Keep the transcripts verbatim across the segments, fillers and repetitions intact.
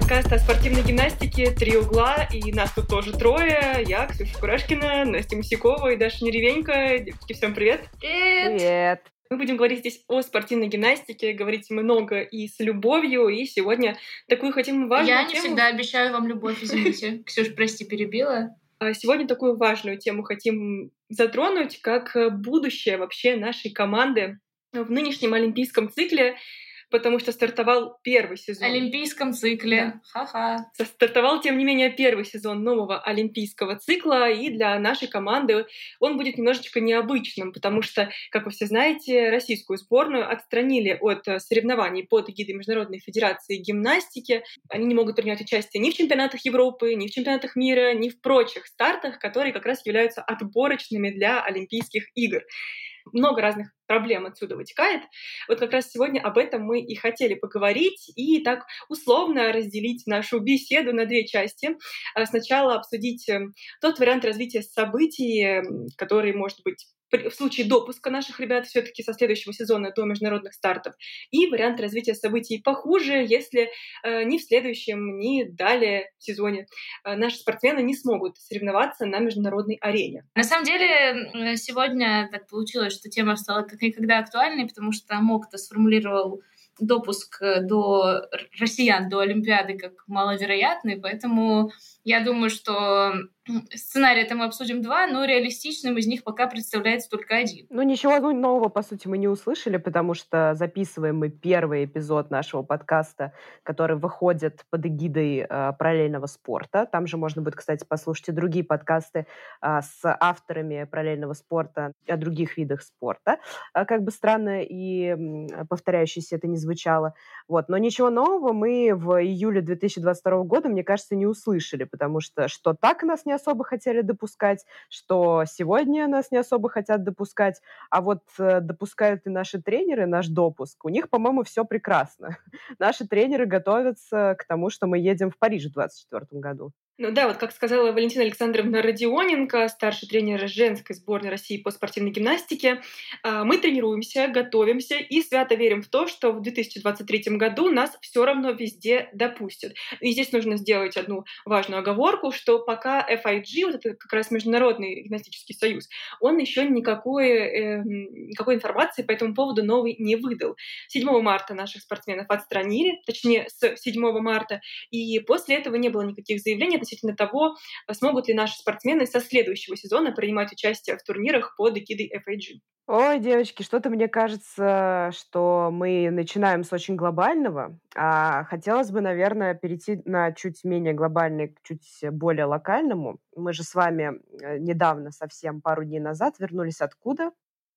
подкаст о спортивной гимнастике «Три угла», и нас тут тоже трое. Я, Ксюша Курашкина, Настя Мусякова и Даша Неревенько. Девочки, всем привет! Привет! Привет! Мы будем говорить здесь о спортивной гимнастике, говорить много и с любовью, и сегодня такую хотим важную Я тему... не всегда обещаю вам любовь, извините. Ксюш, прости, перебила. Сегодня такую важную тему хотим затронуть, как будущее вообще нашей команды в нынешнем олимпийском цикле, потому что стартовал первый сезон. В олимпийском цикле. Да. Ха-ха. Стартовал, тем не менее, первый сезон нового олимпийского цикла, и для нашей команды он будет немножечко необычным, потому что, как вы все знаете, российскую сборную отстранили от соревнований под эгидой Международной федерации гимнастики. Они не могут принять участие ни в чемпионатах Европы, ни в чемпионатах мира, ни в прочих стартах, которые как раз являются отборочными для Олимпийских игр. Много разных проблем отсюда вытекает. Вот как раз сегодня об этом мы и хотели поговорить и так условно разделить нашу беседу на две части. Сначала обсудить тот вариант развития событий, который может быть в случае допуска наших ребят все-таки со следующего сезона до международных стартов, и вариант развития событий похуже, если э, ни в следующем, ни далее в сезоне э, наши спортсмены не смогут соревноваться на международной арене. На самом деле, сегодня так получилось, что тема стала как никогда актуальной, потому что МОК-то сформулировал допуск до россиян до Олимпиады как маловероятный, поэтому я думаю, что сценарий это мы обсудим два, но реалистичным из них пока представляется только один. Ну, ничего нового, по сути, мы не услышали, потому что записываем мы первый эпизод нашего подкаста, который выходит под эгидой э, параллельного спорта. Там же можно будет, кстати, послушать и другие подкасты э, с авторами параллельного спорта о других видах спорта. Э, как бы странно и э, повторяющееся это не звучало. Вот. Но ничего нового мы в июле две тысячи двадцать второго года, мне кажется, не услышали, потому что что так нас не особо хотели допускать, что сегодня нас не особо хотят допускать, а вот э, допускают и наши тренеры наш допуск. У них, по-моему, все прекрасно. Наши тренеры готовятся к тому, что мы едем в Париж в двадцать четвёртом году. Ну да, вот как сказала Валентина Александровна Родионенко, старший тренер женской сборной России по спортивной гимнастике, мы тренируемся, готовимся и свято верим в то, что в две тысячи двадцать третьем году нас все равно везде допустят. И здесь нужно сделать одну важную оговорку, что пока эф ай джи, вот это как раз Международный гимнастический союз, он еще никакой, э, никакой информации по этому поводу новой не выдал. седьмого марта наших спортсменов отстранили, точнее с седьмого марта, и после этого не было никаких заявлений относительно того, смогут ли наши спортсмены со следующего сезона принимать участие в турнирах под эгидой эф ай джи. Ой, девочки, что-то мне кажется, что мы начинаем с очень глобального, а хотелось бы, наверное, перейти на чуть менее глобальный, к чуть более локальному. Мы же с вами недавно, совсем пару дней назад, вернулись откуда?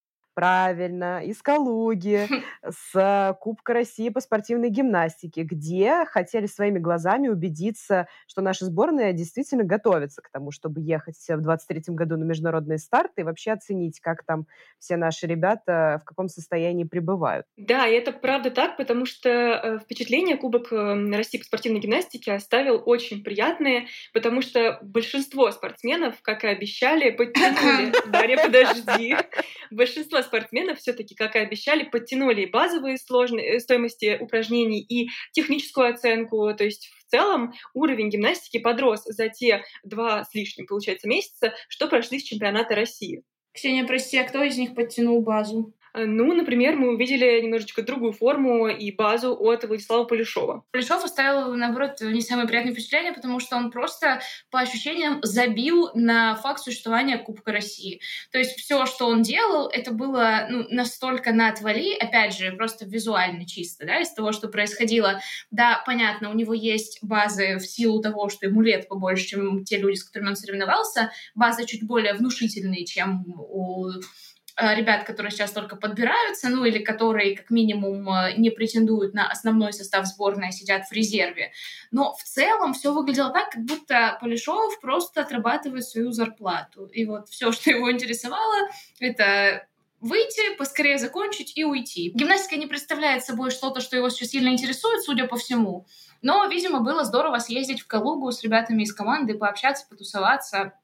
Правильно, из Калуги, с Кубка России по спортивной гимнастике, где хотели своими глазами убедиться, что наша сборная действительно готовится к тому, чтобы ехать в двадцать третьем году на международные старты и вообще оценить, как там все наши ребята, в каком состоянии пребывают. Да, и это правда так, потому что впечатление Кубок России по спортивной гимнастике оставил очень приятные, потому что большинство спортсменов, как и обещали, подтянули... Дарья, подожди. Большинство спортсменов все-таки, как и обещали, подтянули и базовые сложные стоимости упражнений, и техническую оценку. То есть в целом уровень гимнастики подрос за те два с лишним, получается, месяца, что прошли с чемпионата России. Ксения, прости, а кто из них подтянул базу? Ну, например, мы увидели немножечко другую форму и базу от Владислава Полешова. Полешов оставил, наоборот, не самое приятное впечатление, потому что он просто, по ощущениям, забил на факт существования Кубка России. То есть все, что он делал, это было ну, настолько на отвали, опять же, просто визуально чисто, да, из того, что происходило. Да, понятно, у него есть базы в силу того, что ему лет побольше, чем те люди, с которыми он соревновался, базы чуть более внушительные, чем у ребят, которые сейчас только подбираются, ну или которые как минимум не претендуют на основной состав сборной, а сидят в резерве. Но в целом все выглядело так, как будто Полешов просто отрабатывает свою зарплату. И вот все, что его интересовало, это выйти, поскорее закончить и уйти. Гимнастика не представляет собой что-то, что его сейчас сильно интересует, судя по всему. Но, видимо, было здорово съездить в Калугу с ребятами из команды, пообщаться, потусоваться.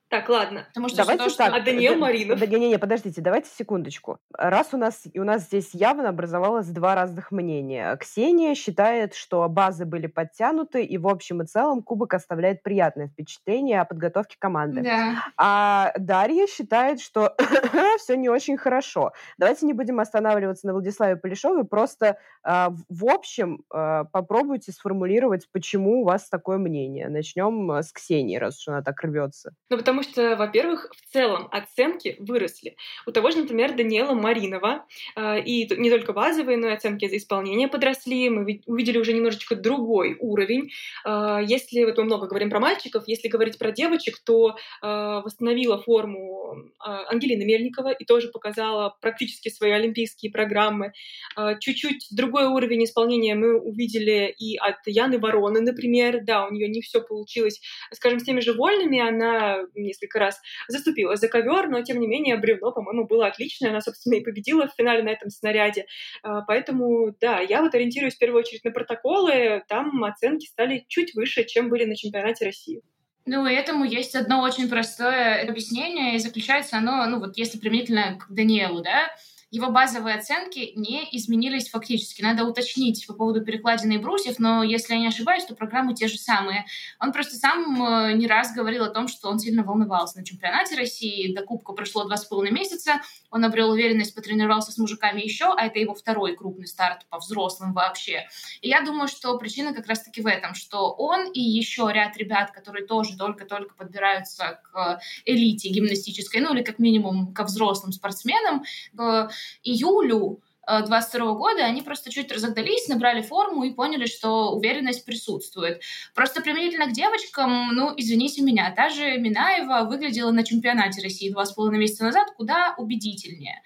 Так, ладно. Потому что Давайте то, что... так. А Даниил д- Маринов? Да, не-не, подождите, давайте секундочку. Раз у нас, у нас здесь явно образовалось два разных мнения. Ксения считает, что базы были подтянуты, и в общем и целом кубок оставляет приятное впечатление о подготовке команды. Да. А Дарья считает, что все не очень хорошо. Давайте не будем останавливаться на Владиславе Полешове, просто а, в- в общем а, попробуйте сформулировать, почему у вас такое мнение. Начнем а, с Ксении, раз уж она так рвется. Ну, потому что, во-первых, в целом оценки выросли. У того же, например, Даниэла Маринова, э, и т- не только базовые, но и оценки за исполнение подросли. Мы ви- увидели уже немножечко другой уровень. Э, если, вот мы много говорим про мальчиков, если говорить про девочек, то э, восстановила форму э, Ангелина Мельникова и тоже показала практически свои олимпийские программы. Э, чуть-чуть другой уровень исполнения мы увидели и от Яны Вороны, например. Да, у нее не все получилось, скажем, с теми же вольными, она несколько раз заступилась за ковер, но, тем не менее, бревно, по-моему, было отличное. Она, собственно, и победила в финале на этом снаряде. А, Поэтому, да, я вот ориентируюсь в первую очередь на протоколы. Там оценки стали чуть выше, чем были на чемпионате России. Ну, и этому есть одно очень простое объяснение, и заключается оно, ну, вот если применительно к Даниэлу, да, его базовые оценки не изменились фактически. Надо уточнить по поводу перекладины и брусьев, но если я не ошибаюсь, то программы те же самые. Он просто сам э, не раз говорил о том, что он сильно волновался на чемпионате России. До Кубка прошло два с половиной месяца. Он обрел уверенность, потренировался с мужиками еще, а это его второй крупный старт по взрослым вообще. И я думаю, что причина как раз-таки в этом, что он и еще ряд ребят, которые тоже только-только подбираются к элите гимнастической, ну или как минимум ко взрослым спортсменам, к июлю двадцать второго года они просто чуть разогнались, набрали форму и поняли, что уверенность присутствует. Просто применительно к девочкам, ну, извините меня, та же Минаева выглядела на чемпионате России два с половиной месяца назад куда убедительнее.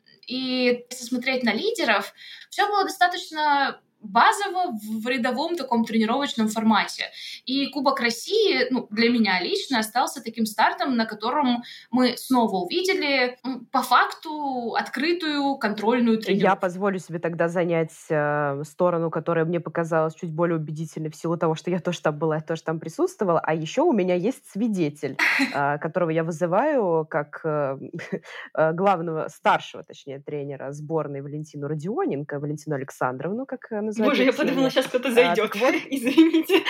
И если смотреть на лидеров, все было достаточно базово в рядовом таком тренировочном формате. И Кубок России, ну, для меня лично остался таким стартом, на котором мы снова увидели м, по факту открытую контрольную Я тренировку. позволю себе тогда занять э, сторону, которая мне показалась чуть более убедительной в силу того, что я тоже там была, я тоже там присутствовала. А еще у меня есть свидетель, э, которого я вызываю как э, э, главного, старшего, точнее, тренера сборной Валентину Родионенко, Валентину Александровну, как э, называют Боже, её я Ксения. подумала, сейчас кто-то А, зайдет. так вот, Извините.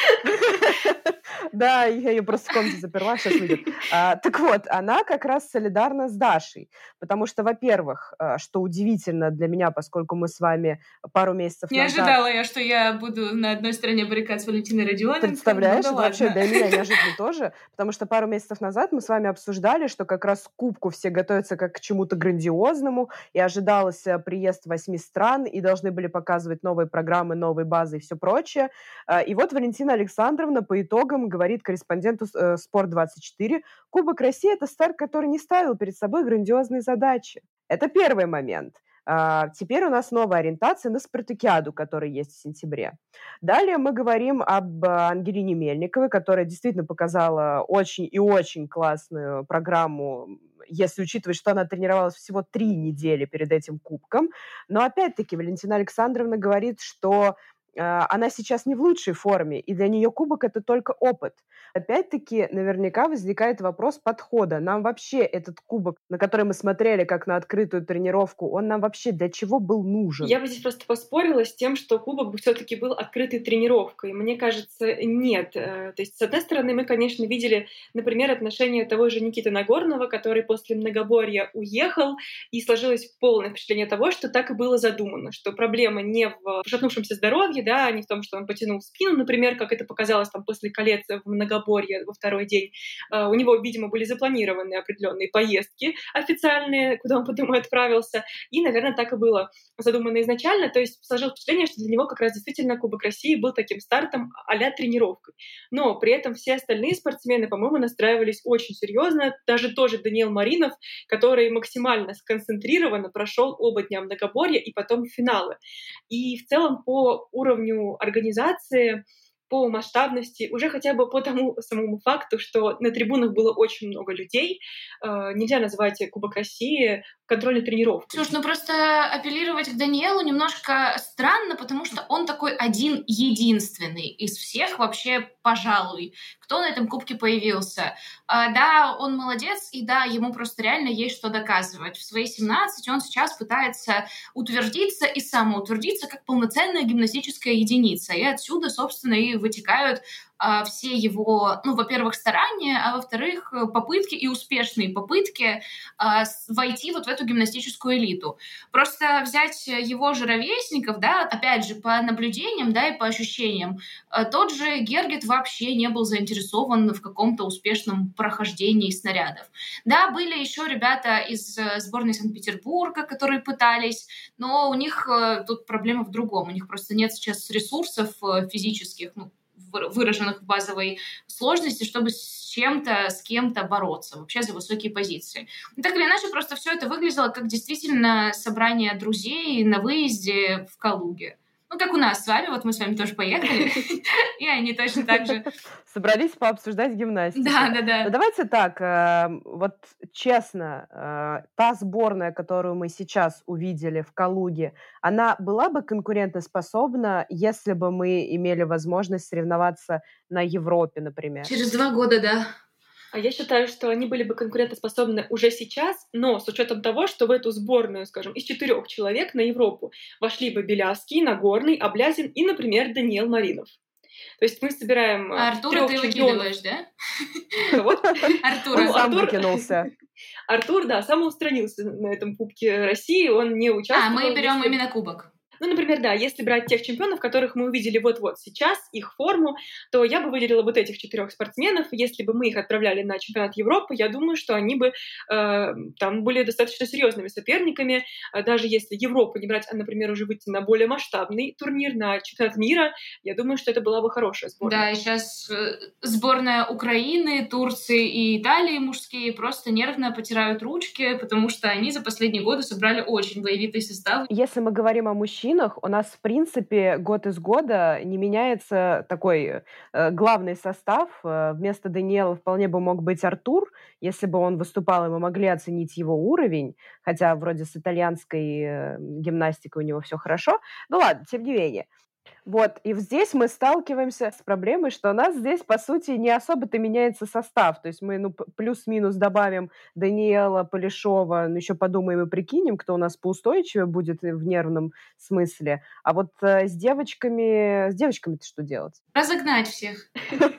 да, я ее просто в комнате заперла, сейчас выйдет. А, так вот, она как раз солидарна с Дашей, потому что, во-первых, а, что удивительно для меня, поскольку мы с вами пару месяцев Не назад... ожидала я, что я буду на одной стороне баррикад с Валентиной Родионенко. Представляешь, Ну это да вообще ладно. для меня неожиданно тоже, потому что пару месяцев назад мы с вами обсуждали, что как раз к Кубку все готовятся как к чему-то грандиозному, и ожидался приезд восьми стран, и должны были показывать новые программы, новые базы и все прочее. А, И вот Валентина Александровна по итогам говорит корреспонденту э, Спорт двадцать четыре: Кубок России – это старт, который не ставил перед собой грандиозные задачи. Это первый момент. А, Теперь у нас новая ориентация на спартакиаду, которая есть в сентябре. Далее мы говорим об э, Ангелине Мельниковой, которая действительно показала очень и очень классную программу, если учитывать, что она тренировалась всего три недели перед этим кубком. Но опять-таки Валентина Александровна говорит, что э, она сейчас не в лучшей форме, и для нее кубок – это только опыт. Опять-таки, наверняка возникает вопрос подхода. Нам вообще этот кубок, на который мы смотрели как на открытую тренировку, он нам вообще для чего был нужен? Я бы здесь просто поспорила с тем, что кубок бы все-таки был открытой тренировкой. Мне кажется, нет. Э, То есть, с одной стороны, мы, конечно, видели, например, отношение того же Никиты Нагорного, который после многоборья уехал, и сложилось полное впечатление того, что так и было задумано, что проблема не в пошатнувшемся здоровье, да, а не в том, что он потянул спину, например, как это показалось там после колец в многоборье во второй день. Э, У него, видимо, были запланированы определенные поездки официальные, куда он потом и отправился, и, наверное, так и было задумано изначально, то есть сложилось впечатление, что для него как раз действительно Кубок России был таким стартом а-ля тренировкой. Но при этом все остальные спортсмены, по-моему, настраивались очень серьезно. Даже тоже Даниил Маринов, который максимально сконцентрированно прошел оба дня многоборья и потом финалы. И в целом по уровню организации, по масштабности, уже хотя бы по тому самому факту, что на трибунах было очень много людей, э, нельзя назвать Кубок России контрольной тренировкой. Слушай, ну просто апеллировать к Даниэлу немножко странно, потому что он такой один-единственный из всех вообще, пожалуй, кто на этом кубке появился. А, да, он молодец, и да, ему просто реально есть что доказывать. В свои семнадцать он сейчас пытается утвердиться и самоутвердиться как полноценная гимнастическая единица. И отсюда, собственно, и вытекают а, все его, ну, во-первых, старания, а во-вторых, попытки и успешные попытки а, с- войти вот в эту гимнастическую элиту. Просто взять его же ровесников, да, опять же, по наблюдениям, да, и по ощущениям, э, тот же Гергет вообще не был заинтересован в каком-то успешном прохождении снарядов. Да, были еще ребята из э, сборной Санкт-Петербурга, которые пытались, но у них э, тут проблема в другом. У них просто нет сейчас ресурсов э, физических, ну, вы- выраженных в базовой сложности, чтобы с чем-то, с кем-то бороться вообще за высокие позиции. Ну, так или иначе, просто все это выглядело как действительно собрание друзей на выезде в Калуге. Ну, как у нас с вами, вот мы с вами тоже поехали, и они точно так же. Собрались пообсуждать гимнастику. Да, да, Ну, да. давайте так, эм, вот честно, э, та сборная, которую мы сейчас увидели в Калуге, она была бы конкурентоспособна, если бы мы имели возможность соревноваться на Европе, например? Через два года, да. А я считаю, что они были бы конкурентоспособны уже сейчас, но с учетом того, что в эту сборную, скажем, из четырех человек на Европу вошли бы Белявский, Нагорный, Аблязин и, например, Даниил Маринов. То есть мы собираем А а, Артура трех ты чемпионов. выкидываешь, да? Кого? Артура. Он Ну, сам Артур, выкинулся. Артур, да, самоустранился на этом Кубке России, он не А, участвовал. мы берем Если- именно кубок. Ну, например, да, если брать тех чемпионов, которых мы увидели вот-вот сейчас, их форму, то я бы выделила вот этих четырех спортсменов. Если бы мы их отправляли на чемпионат Европы, я думаю, что они бы э, там были достаточно серьезными соперниками. Э, Даже если Европу не брать, а, например, уже выйти на более масштабный турнир, на чемпионат мира, я думаю, что это была бы хорошая сборная. Да, и сейчас э, сборная Украины, Турции и Италии мужские просто нервно потирают ручки, потому что они за последние годы собрали очень боевитый состав. Если мы говорим о мужчинах, у нас, в принципе, год из года не меняется такой э, главный состав. Э, Вместо Даниэла вполне бы мог быть Артур. Если бы он выступал, и мы могли оценить его уровень, хотя вроде с итальянской э, гимнастикой у него все хорошо. Ну ладно, тем не менее. Вот, и здесь мы сталкиваемся с проблемой, что у нас здесь, по сути, не особо-то меняется состав. То есть мы, ну, п- плюс-минус добавим Даниэла, Полешова, ну, еще подумаем и прикинем, кто у нас поустойчивее будет в нервном смысле. А вот э, с девочками... С девочками-то что делать? Разогнать всех.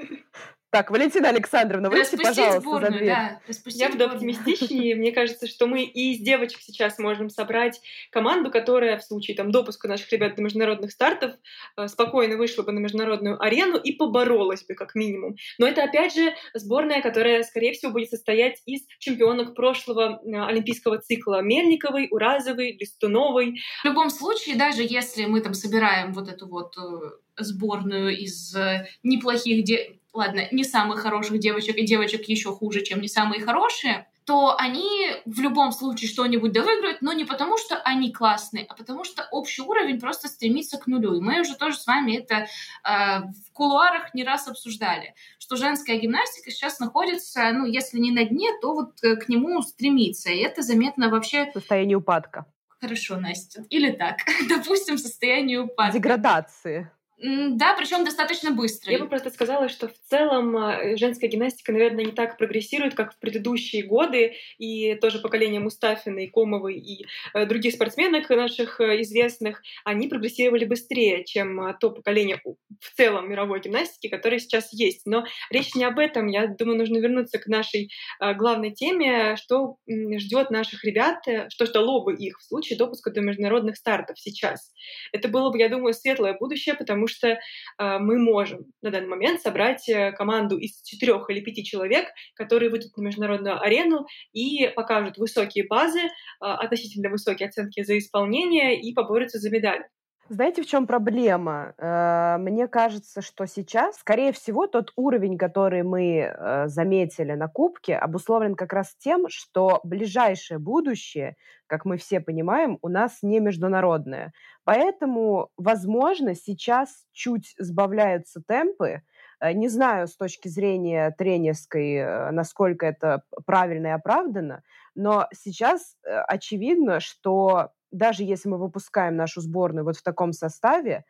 Так, Валентина Александровна, выйдите, Распустить пожалуйста, за сборную, дверь. да. Распустить Я буду сборную. оптимистичнее. Мне кажется, что мы и из девочек сейчас можем собрать команду, которая в случае там, допуска наших ребят до международных стартов э, спокойно вышла бы на международную арену и поборолась бы как минимум. Но это, опять же, сборная, которая, скорее всего, будет состоять из чемпионок прошлого э, олимпийского цикла: Мельниковой, Уразовой, Листуновой. В любом случае, даже если мы там собираем вот эту вот э, сборную из э, неплохих, де... ладно, не самых хороших девочек и девочек еще хуже, чем не самые хорошие, то они в любом случае что-нибудь да выиграют, но не потому, что они классные, а потому что общий уровень просто стремится к нулю. И мы уже тоже с вами это э, в кулуарах не раз обсуждали, что женская гимнастика сейчас находится, ну, если не на дне, то вот э, к нему стремится. И это заметно вообще... В состоянии упадка. Хорошо, Настя. Или так. Допустим, состояние упадка. Деградации. М, Да, причем достаточно быстро. Я бы просто сказала, что в целом э, женская гимнастика, наверное, не так прогрессирует, как в предыдущие годы, и тоже поколение Мустафиной, Комовой и э, других спортсменок наших э, известных, они прогрессировали быстрее, чем э, то поколение у- в целом мировой гимнастики, которое сейчас есть. Но речь не об этом. Я думаю, нужно вернуться к нашей э, главной теме, что м, ждет наших ребят, э, что ждало бы их в случае допуска до международных стартов сейчас. Это было бы, я думаю, светлое будущее, потому что э, мы можем на данный момент собрать э, команду из четырех или пяти человек, которые выйдут на международную арену и покажут высокие базы, э, относительно высокие оценки за исполнение и поборются за медали. Знаете, в чем проблема? Э, Мне кажется, что сейчас, скорее всего, тот уровень, который мы э, заметили на Кубке, обусловлен как раз тем, что ближайшее будущее, как мы все понимаем, у нас не международное. Поэтому, возможно, сейчас чуть сбавляются темпы. Э, Не знаю с точки зрения тренерской, э, насколько это правильно и оправдано, но сейчас э, очевидно, что даже если мы выпускаем нашу сборную вот в таком составе,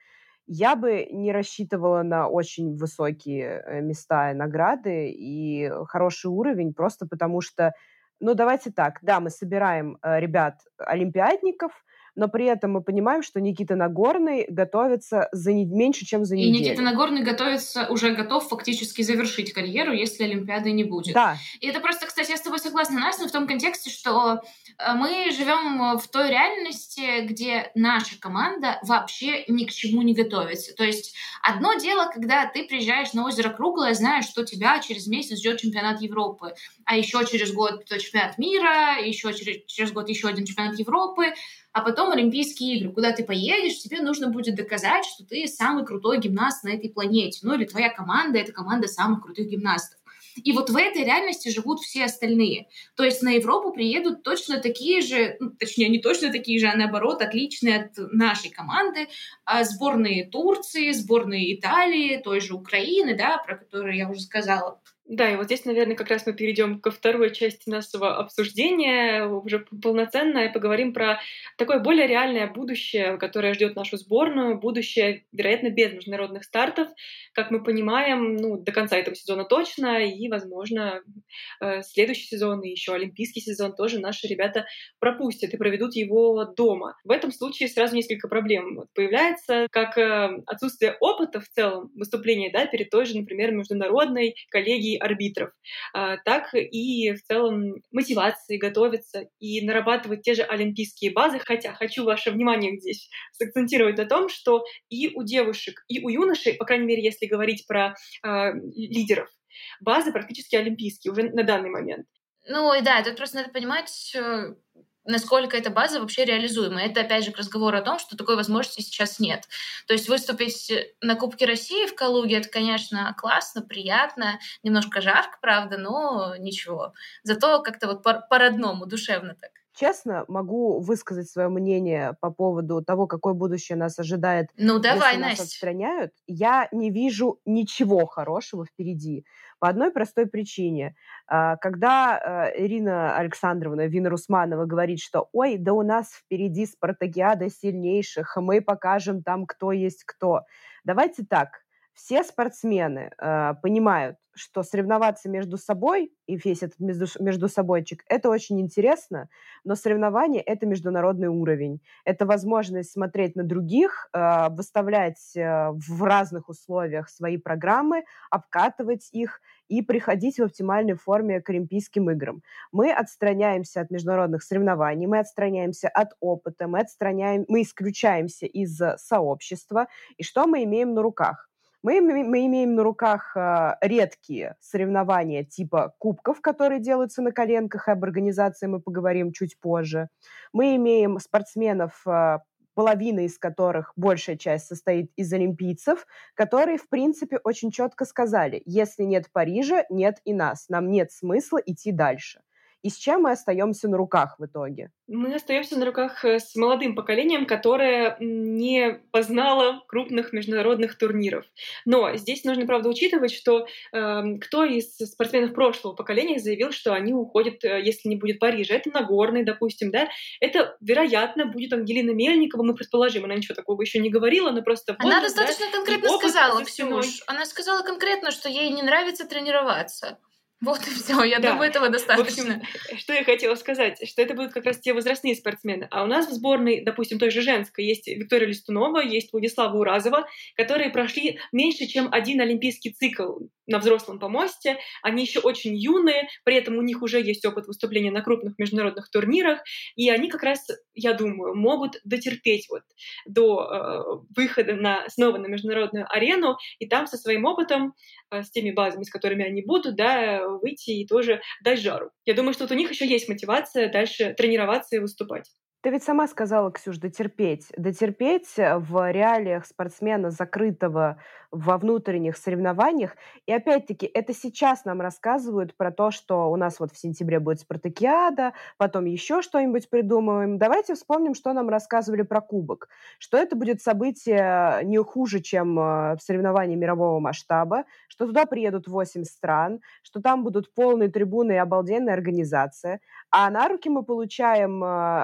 Я бы не рассчитывала на очень высокие э, места и награды и хороший уровень, просто потому что, ну, давайте так, да, мы собираем э, ребят-олимпиадников, но при этом мы понимаем, что Никита Нагорный готовится за не- меньше, чем за И Никита неделю. Нагорный готовится, уже готов фактически завершить карьеру, если Олимпиады не будет. Да, И это просто, кстати, я с тобой согласна, Настя, в том контексте, что э, мы живем в той реальности, где наша команда вообще ни к чему не готовится. То есть одно дело, когда ты приезжаешь на озеро Круглое, знаешь, что тебя через месяц ждет чемпионат Европы, а еще через год чемпионат мира, еще через, через год еще один чемпионат Европы, а потом Олимпийские игры, куда ты поедешь, тебе нужно будет доказать, что ты самый крутой гимнаст на этой планете. Ну или твоя команда — это команда самых крутых гимнастов. И вот в этой реальности живут все остальные. То есть на Европу приедут точно такие же, ну, точнее, не точно такие же, а наоборот, отличные от нашей команды, а сборные Турции, сборные Италии, той же Украины, да, про которую я уже сказала. Да, и вот здесь, наверное, как раз мы перейдем ко второй части нашего обсуждения, уже полноценно, и поговорим про такое более реальное будущее, которое ждет нашу сборную, будущее, вероятно, без международных стартов, как мы понимаем, ну, до конца этого сезона точно, и, возможно, э, следующий сезон и еще олимпийский сезон тоже наши ребята пропустят и проведут его дома. В этом случае сразу несколько проблем вот появляется, как э, отсутствие опыта в целом выступления, да, перед той же, например, международной коллегией арбитров, а, так и в целом мотивации готовиться и нарабатывать те же олимпийские базы. Хотя хочу ваше внимание здесь сакцентировать на том, что и у девушек, и у юношей, по крайней мере, если говорить про а, лидеров, базы практически олимпийские уже на данный момент. Ну и да, тут просто надо понимать, э, насколько эта база вообще реализуема. Это, опять же, к разговору о том, что такой возможности сейчас нет. То есть выступить на Кубке России в Калуге — это, конечно, классно, приятно, немножко жарко, правда, но ничего. Зато как-то вот по- по-родному, душевно так. честно, могу высказать свое мнение по поводу того, какое будущее нас ожидает, Ну давай, если нас Настя. отстраняют. Я не вижу ничего хорошего впереди. По одной простой причине. А, Когда э, Ирина Александровна Вина Русманова говорит, что «Ой, да у нас впереди спартакиада сильнейших, мы покажем там, кто есть кто». Давайте так. Все спортсмены э, понимают, что соревноваться между собой и весь этот между, между собойчик — это очень интересно, но соревнование — это международный уровень. Это возможность смотреть на других, э, выставлять э, в разных условиях свои программы, обкатывать их и приходить в оптимальной форме к Олимпийским играм. Мы отстраняемся от международных соревнований, мы отстраняемся от опыта, мы, отстраняем, мы исключаемся из сообщества. И что мы имеем на руках? Мы, мы имеем на руках э, редкие соревнования типа кубков, которые делаются на коленках, и об организации мы поговорим чуть позже. Мы имеем спортсменов, э, половина из которых, большая часть, состоит из олимпийцев, которые, в принципе, очень четко сказали: если нет Парижа, нет и нас, нам нет смысла идти дальше. И с чем мы остаемся на руках в итоге? Мы остаемся на руках с молодым поколением, которое не познало крупных международных турниров. Но здесь нужно, правда, учитывать, что э, кто из спортсменов прошлого поколения заявил, что они уходят, если не будет Парижа. Это Нагорный, допустим, да. Это, вероятно, будет Ангелина Мельникова, мы предположим. Она ничего такого еще не говорила, но просто... Она возраст, достаточно да, конкретно и опыт сказала, за спиной. Ксюш. Она сказала конкретно, что ей не нравится тренироваться. Вот и все, я Да. думаю, этого достаточно. В общем, что я хотела сказать, что это будут как раз те возрастные спортсмены. А у нас в сборной, допустим, той же женской, есть Виктория Листунова, есть Владислава Уразова, которые прошли меньше, чем один олимпийский цикл на взрослом помосте. Они еще очень юные, при этом у них уже есть опыт выступления на крупных международных турнирах, и они как раз, я думаю, могут дотерпеть вот до э, выхода на, снова на международную арену, и там со своим опытом, э, с теми базами, с которыми они будут, да, выйти и тоже дать жару. Я думаю, что вот у них еще есть мотивация дальше тренироваться и выступать. Ты ведь сама сказала, Ксюш, дотерпеть. Дотерпеть в реалиях спортсмена, закрытого во внутренних соревнованиях. И опять-таки, это сейчас нам рассказывают про то, что у нас вот в сентябре будет спартакиада, потом еще что-нибудь придумаем. Давайте вспомним, что нам рассказывали про кубок. Что это будет событие не хуже, чем соревнования мирового масштаба, что туда приедут восемь стран, что там будут полные трибуны и обалденная организация. А на руки мы получаем дамскую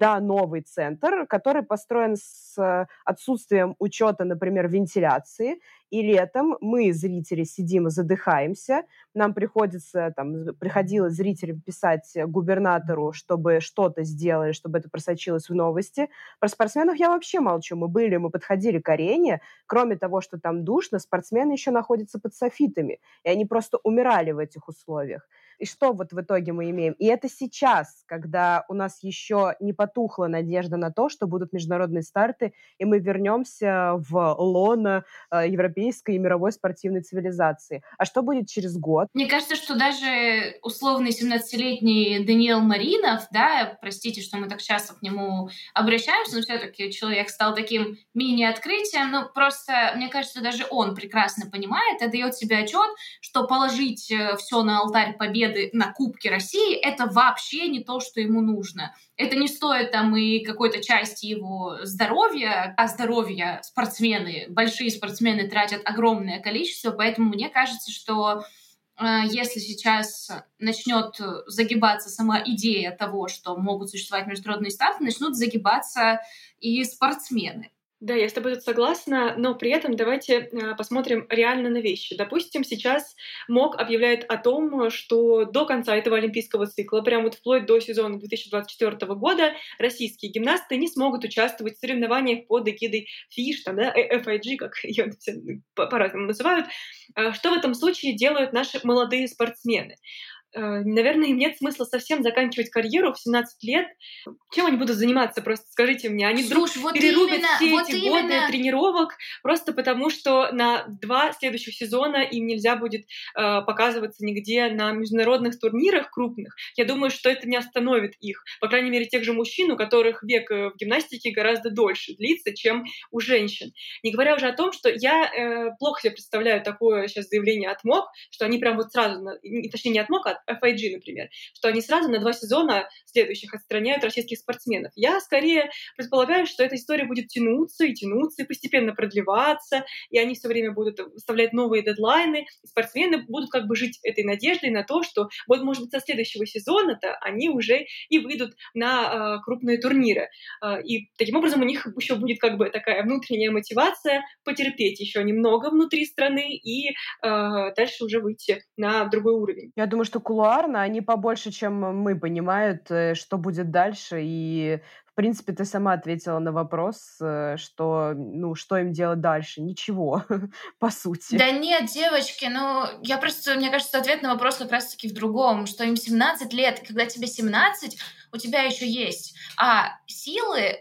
на новый центр, который построен с отсутствием учета, например, вентиляции, и летом мы, зрители, сидим и задыхаемся, нам приходится, там, приходилось зрителям писать губернатору, чтобы что-то сделали, чтобы это просочилось в новости. Про спортсменов я вообще молчу. Мы были, мы подходили к арене, кроме того, что там душно, спортсмены еще находятся под софитами, и они просто умирали в этих условиях. И что вот в итоге мы имеем? И это сейчас, когда у нас еще не потухла надежда на то, что будут международные старты, и мы вернемся в лоно э, европейской и мировой спортивной цивилизации. А что будет через год? Мне кажется, что даже условный семнадцатилетний Даниэл Маринов, да, простите, что мы так часто к нему обращаемся, но все-таки человек стал таким мини-открытием, но просто, мне кажется, даже он прекрасно понимает и дает себе отчет, что положить все на алтарь победы на Кубке России — это вообще не то, что ему нужно. Это не стоит там и какой-то части его здоровья, а здоровья спортсмены, большие спортсмены тратят огромное количество, поэтому мне кажется, что э, если сейчас начнет загибаться сама идея того, что могут существовать международные старты, начнут загибаться и спортсмены. Да, я с тобой тут согласна, но при этом давайте э, посмотрим реально на вещи. Допустим, сейчас МОК объявляет о том, что до конца этого олимпийского цикла, прямо вот вплоть до сезона две тысячи двадцать четвёртого года, российские гимнасты не смогут участвовать в соревнованиях под эгидой ФИШ, там, да, эф ай джи, как ее все по-разному называют. Что в этом случае делают наши молодые спортсмены? Наверное, им нет смысла совсем заканчивать карьеру в семнадцать лет. Чем они будут заниматься? Просто скажите мне. Они вдруг Слушай, вот перерубят именно, все вот эти именно. годы тренировок просто потому, что на два следующих сезона им нельзя будет э, показываться нигде на международных турнирах крупных. Я думаю, что это не остановит их. По крайней мере, тех же мужчин, у которых век в гимнастике гораздо дольше длится, чем у женщин. Не говоря уже о том, что я э, плохо себе представляю такое сейчас заявление от МОК, что они прям вот сразу, точнее не от МОК, а от эф ай джи, например, что они сразу на два сезона следующих отстраняют российских спортсменов. Я скорее предполагаю, что эта история будет тянуться и тянуться, и постепенно продлеваться, и они все время будут выставлять новые дедлайны, и спортсмены будут как бы жить этой надеждой на то, что вот, может быть, со следующего сезона-то они уже и выйдут на э, крупные турниры. Э, и таким образом у них еще будет как бы такая внутренняя мотивация потерпеть еще немного внутри страны и э, дальше уже выйти на другой уровень. Я думаю, что кулуарно они побольше, чем мы, понимают, что будет дальше. И, в принципе, ты сама ответила на вопрос, что, ну, что им делать дальше. Ничего, по сути. Да нет, девочки, ну, я просто, мне кажется, ответ на вопрос как раз-таки в другом, что им семнадцать лет, когда тебе семнадцать, у тебя еще есть а силы,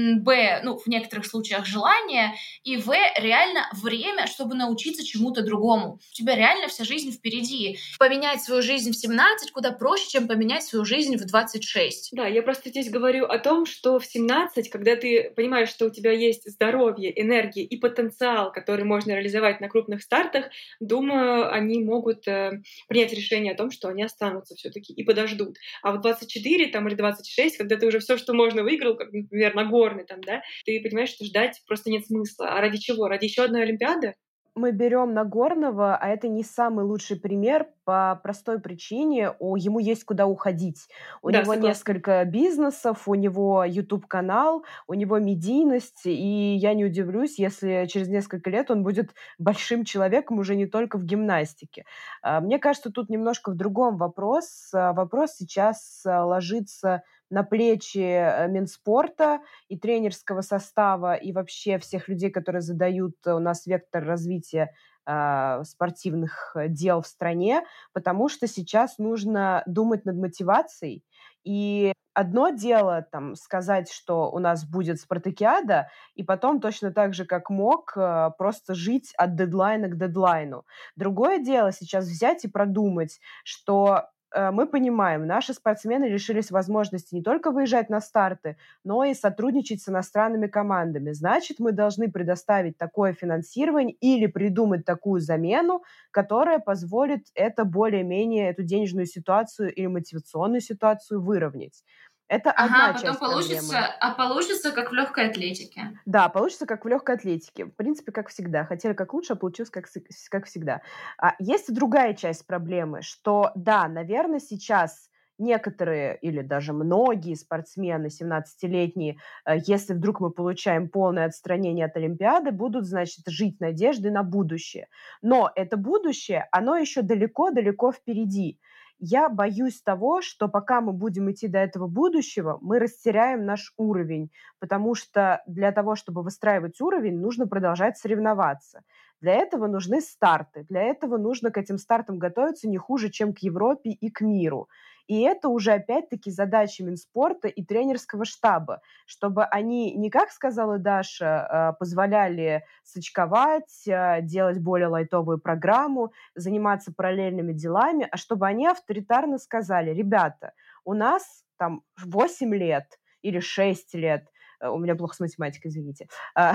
б, ну, в некоторых случаях желание, и в, реально время, чтобы научиться чему-то другому. У тебя реально вся жизнь впереди. Поменять свою жизнь в семнадцать куда проще, чем поменять свою жизнь в двадцать шесть. Да, я просто здесь говорю о том, что в семнадцать, когда ты понимаешь, что у тебя есть здоровье, энергия и потенциал, который можно реализовать на крупных стартах, думаю, они могут э, принять решение о том, что они останутся все-таки и подождут. А в двадцать четыре там, или двадцать шесть, когда ты уже все, что можно, выиграл, как, например, на горный, там, да, ты понимаешь, что ждать просто нет смысла. А ради чего? Ради еще одной Олимпиады? Мы берем Нагорного, а это не самый лучший пример по простой причине. У, ему есть куда уходить. У Да, него согласна. несколько бизнесов, у него YouTube-канал, у него медийность, и я не удивлюсь, если через несколько лет он будет большим человеком уже не только в гимнастике. Мне кажется, тут немножко в другом вопрос. Вопрос сейчас ложится на плечи Минспорта и тренерского состава, и вообще всех людей, которые задают у нас вектор развития э, спортивных дел в стране, потому что сейчас нужно думать над мотивацией. И одно дело там сказать, что у нас будет спартакиада, и потом точно так же, как МОК, э, просто жить от дедлайна к дедлайну. Другое дело сейчас взять и продумать, что мы понимаем, наши спортсмены лишились возможности не только выезжать на старты, но и сотрудничать с иностранными командами. Значит, мы должны предоставить такое финансирование или придумать такую замену, которая позволит это более-менее, эту денежную ситуацию или мотивационную ситуацию выровнять. Это ага, одна потом часть получится, проблемы. А получится, как в легкой атлетике. Да, получится, как в легкой атлетике. В принципе, как всегда. Хотели как лучше, а получилось как, как всегда. А есть и другая часть проблемы, что, да, наверное, сейчас некоторые или даже многие спортсмены семнадцатилетние, э, если вдруг мы получаем полное отстранение от Олимпиады, будут, значит, жить надеждой на будущее. Но это будущее, оно еще далеко-далеко впереди. Я боюсь того, что пока мы будем идти до этого будущего, мы растеряем наш уровень, потому что для того, чтобы выстраивать уровень, нужно продолжать соревноваться. Для этого нужны старты, для этого нужно к этим стартам готовиться не хуже, чем к Европе и к миру. И это уже опять-таки задача Минспорта и тренерского штаба, чтобы они не, как сказала Даша, э, позволяли сочковать, э, делать более лайтовую программу, заниматься параллельными делами, а чтобы они авторитарно сказали: ребята, у нас там восемь лет или шесть лет, э, у меня плохо с математикой, извините, а,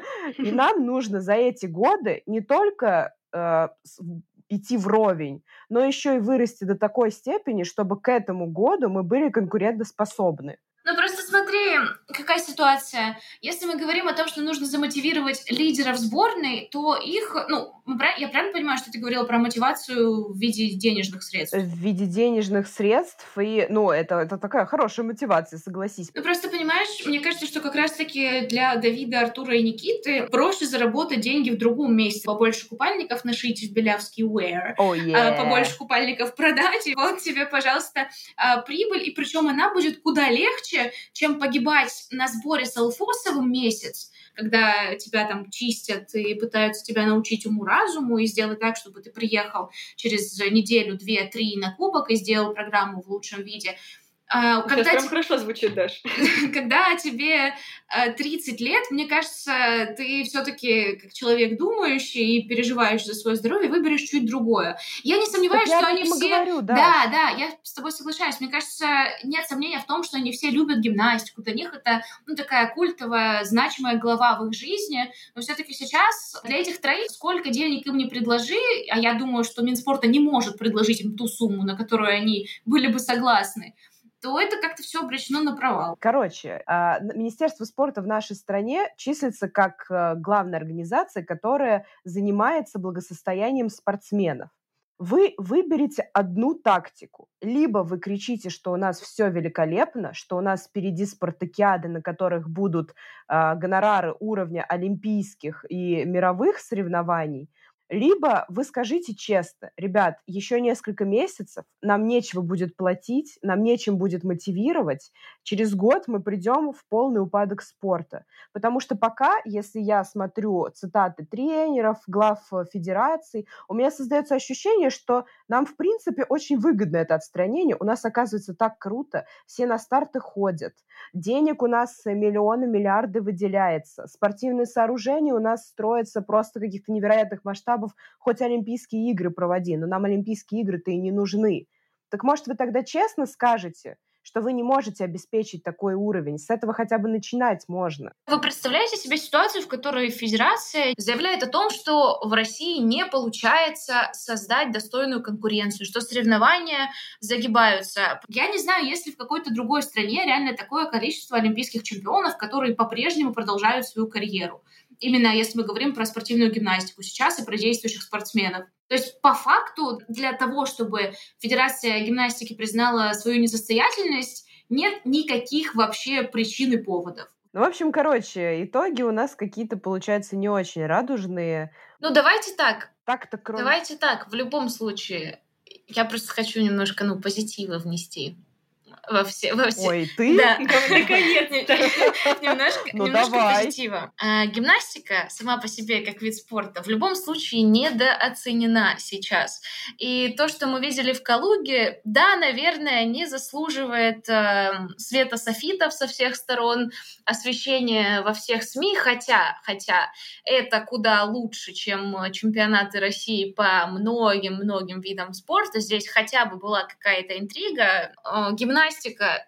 и нам нужно за эти годы не только э, с- идти вровень, но еще и вырасти до такой степени, чтобы к этому году мы были конкурентоспособны. Ну, просто смотри, какая ситуация. Если мы говорим о том, что нужно замотивировать лидеров сборной, то их, ну, мы прав- я правильно понимаю, что ты говорила про мотивацию в виде денежных средств? В виде денежных средств, и, ну, это, это такая хорошая мотивация, согласись. Ну, просто, понимаешь, мне кажется, что как раз-таки для Давида, Артура и Никиты проще заработать деньги в другом месте. Побольше купальников нашить в Белявский Wear, Oh, а, yeah. побольше купальников продать, и вот тебе, пожалуйста, а, прибыль. И причем она будет куда легче, чем погибать на сборе с Алфосовым месяц, когда тебя там чистят и пытаются тебя научить уму-разуму и сделать так, чтобы ты приехал через неделю, две, три на кубок и сделал программу в лучшем виде. А, Сейчас когда прям те- хорошо звучит, Даш. когда тебе э, тридцать лет, мне кажется, ты все-таки как человек думающий и переживающий за свое здоровье выберешь чуть другое. Я не Так сомневаюсь, я что об они этом и все... говорю, Да, Даш. да, я с тобой соглашаюсь. Мне кажется, нет сомнения в том, что они все любят гимнастику. Для них это, ну, такая культовая, значимая глава в их жизни. Но все-таки сейчас для этих троих сколько денег им не предложи, а я думаю, что Минспорта не может предложить им ту сумму, на которую они были бы согласны, то это как-то все обречено на провал. Короче, а, н- Министерство спорта в нашей стране числится как э, главная организация, которая занимается благосостоянием спортсменов. Вы выберете одну тактику. Либо вы кричите, что у нас все великолепно, что у нас впереди спартакиады, на которых будут а, гонорары уровня олимпийских и мировых соревнований, либо вы скажите честно: ребят, еще несколько месяцев, нам нечего будет платить, нам нечем будет мотивировать, через год мы придем в полный упадок спорта. Потому что пока, если я смотрю цитаты тренеров, глав э, федераций, у меня создается ощущение, что нам, в принципе, очень выгодно это отстранение. У нас, оказывается, так круто, все на старты ходят, денег у нас э, миллионы, миллиарды выделяется, спортивные сооружения у нас строятся просто каких-то невероятных масштабов, хоть Олимпийские игры проводи, но нам Олимпийские игры-то и не нужны. Так может, вы тогда честно скажете, что вы не можете обеспечить такой уровень? С этого хотя бы начинать можно. Вы представляете себе ситуацию, в которой Федерация заявляет о том, что в России не получается создать достойную конкуренцию, что соревнования загибаются. Я не знаю, есть ли в какой-то другой стране реально такое количество олимпийских чемпионов, которые по-прежнему продолжают свою карьеру. Именно если мы говорим про спортивную гимнастику сейчас и про действующих спортсменов. То есть по факту для того, чтобы Федерация гимнастики признала свою несостоятельность, нет никаких вообще причин и поводов. Ну, в общем, короче, итоги у нас какие-то, получаются, не очень радужные. Ну, давайте так. Так-то кроме... Давайте так. В любом случае, я просто хочу немножко, ну, позитива внести во все, во все. Ой, ты? Да. Наконец-то. Немножко, Ну, немножко давай. позитива. А, гимнастика сама по себе, как вид спорта, в любом случае недооценена сейчас. И то, что мы видели в Калуге, да, наверное, не заслуживает э, света софитов со всех сторон, освещения во всех СМИ, хотя, хотя это куда лучше, чем чемпионаты России по многим-многим видам спорта. Здесь хотя бы была какая-то интрига. Э, Гимнастика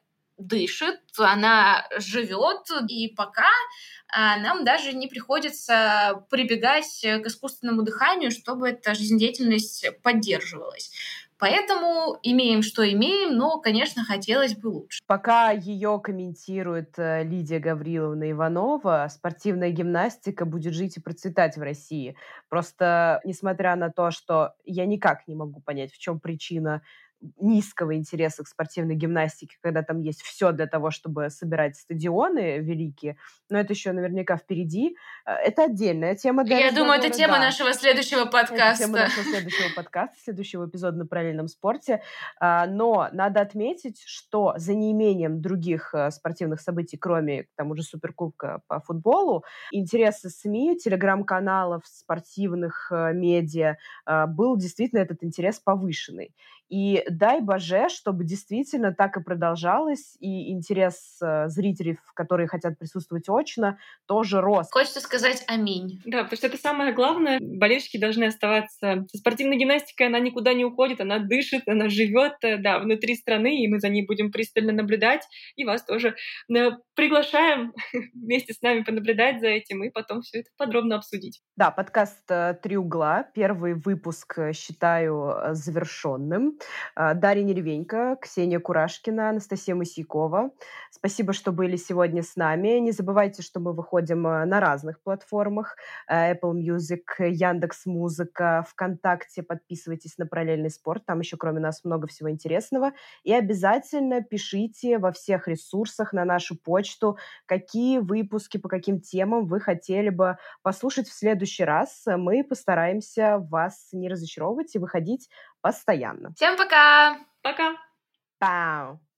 дышит, она живет, и пока а, нам даже не приходится прибегать к искусственному дыханию, чтобы эта жизнедеятельность поддерживалась. Поэтому имеем, что имеем, но, конечно, хотелось бы лучше. Пока ее комментирует э, Лидия Гавриловна Иванова, спортивная гимнастика будет жить и процветать в России. Просто, несмотря на то, что я никак не могу понять, в чем причина низкого интереса к спортивной гимнастике, когда там есть все для того, чтобы собирать стадионы великие, но это еще наверняка впереди. Это отдельная тема для Я разговора. думаю, это тема да. нашего следующего подкаста. Это тема нашего следующего подкаста, следующего эпизода на параллельном спорте. Но надо отметить, что за неимением других спортивных событий, кроме, к тому же, Суперкубка по футболу, интересы СМИ, телеграм-каналов, спортивных медиа, был действительно этот интерес повышенный. И дай боже, чтобы действительно так и продолжалось, и интерес зрителей, которые хотят присутствовать очно, тоже рос. Хочется сказать аминь. Да, потому что это самое главное. Болельщики должны оставаться. Со спортивной гимнастикой она никуда не уходит, она дышит, она живет, да, внутри страны, и мы за ней будем пристально наблюдать. И вас тоже приглашаем вместе с нами понаблюдать за этим и потом все это подробно обсудить. Да, подкаст «Три угла». Первый выпуск считаю завершенным. Дарья Неревенько, Ксения Курашкина, Анастасия Мосейкова. Спасибо, что были сегодня с нами. Не забывайте, что мы выходим на разных платформах. Apple Music, Яндекс.Музыка, ВКонтакте. Подписывайтесь на «Параллельный спорт». Там еще кроме нас много всего интересного. И обязательно пишите во всех ресурсах на нашу почту, какие выпуски, по каким темам вы хотели бы послушать в следующий раз. Мы постараемся вас не разочаровывать и выходить постоянно. Всем пока! Пока! Пау!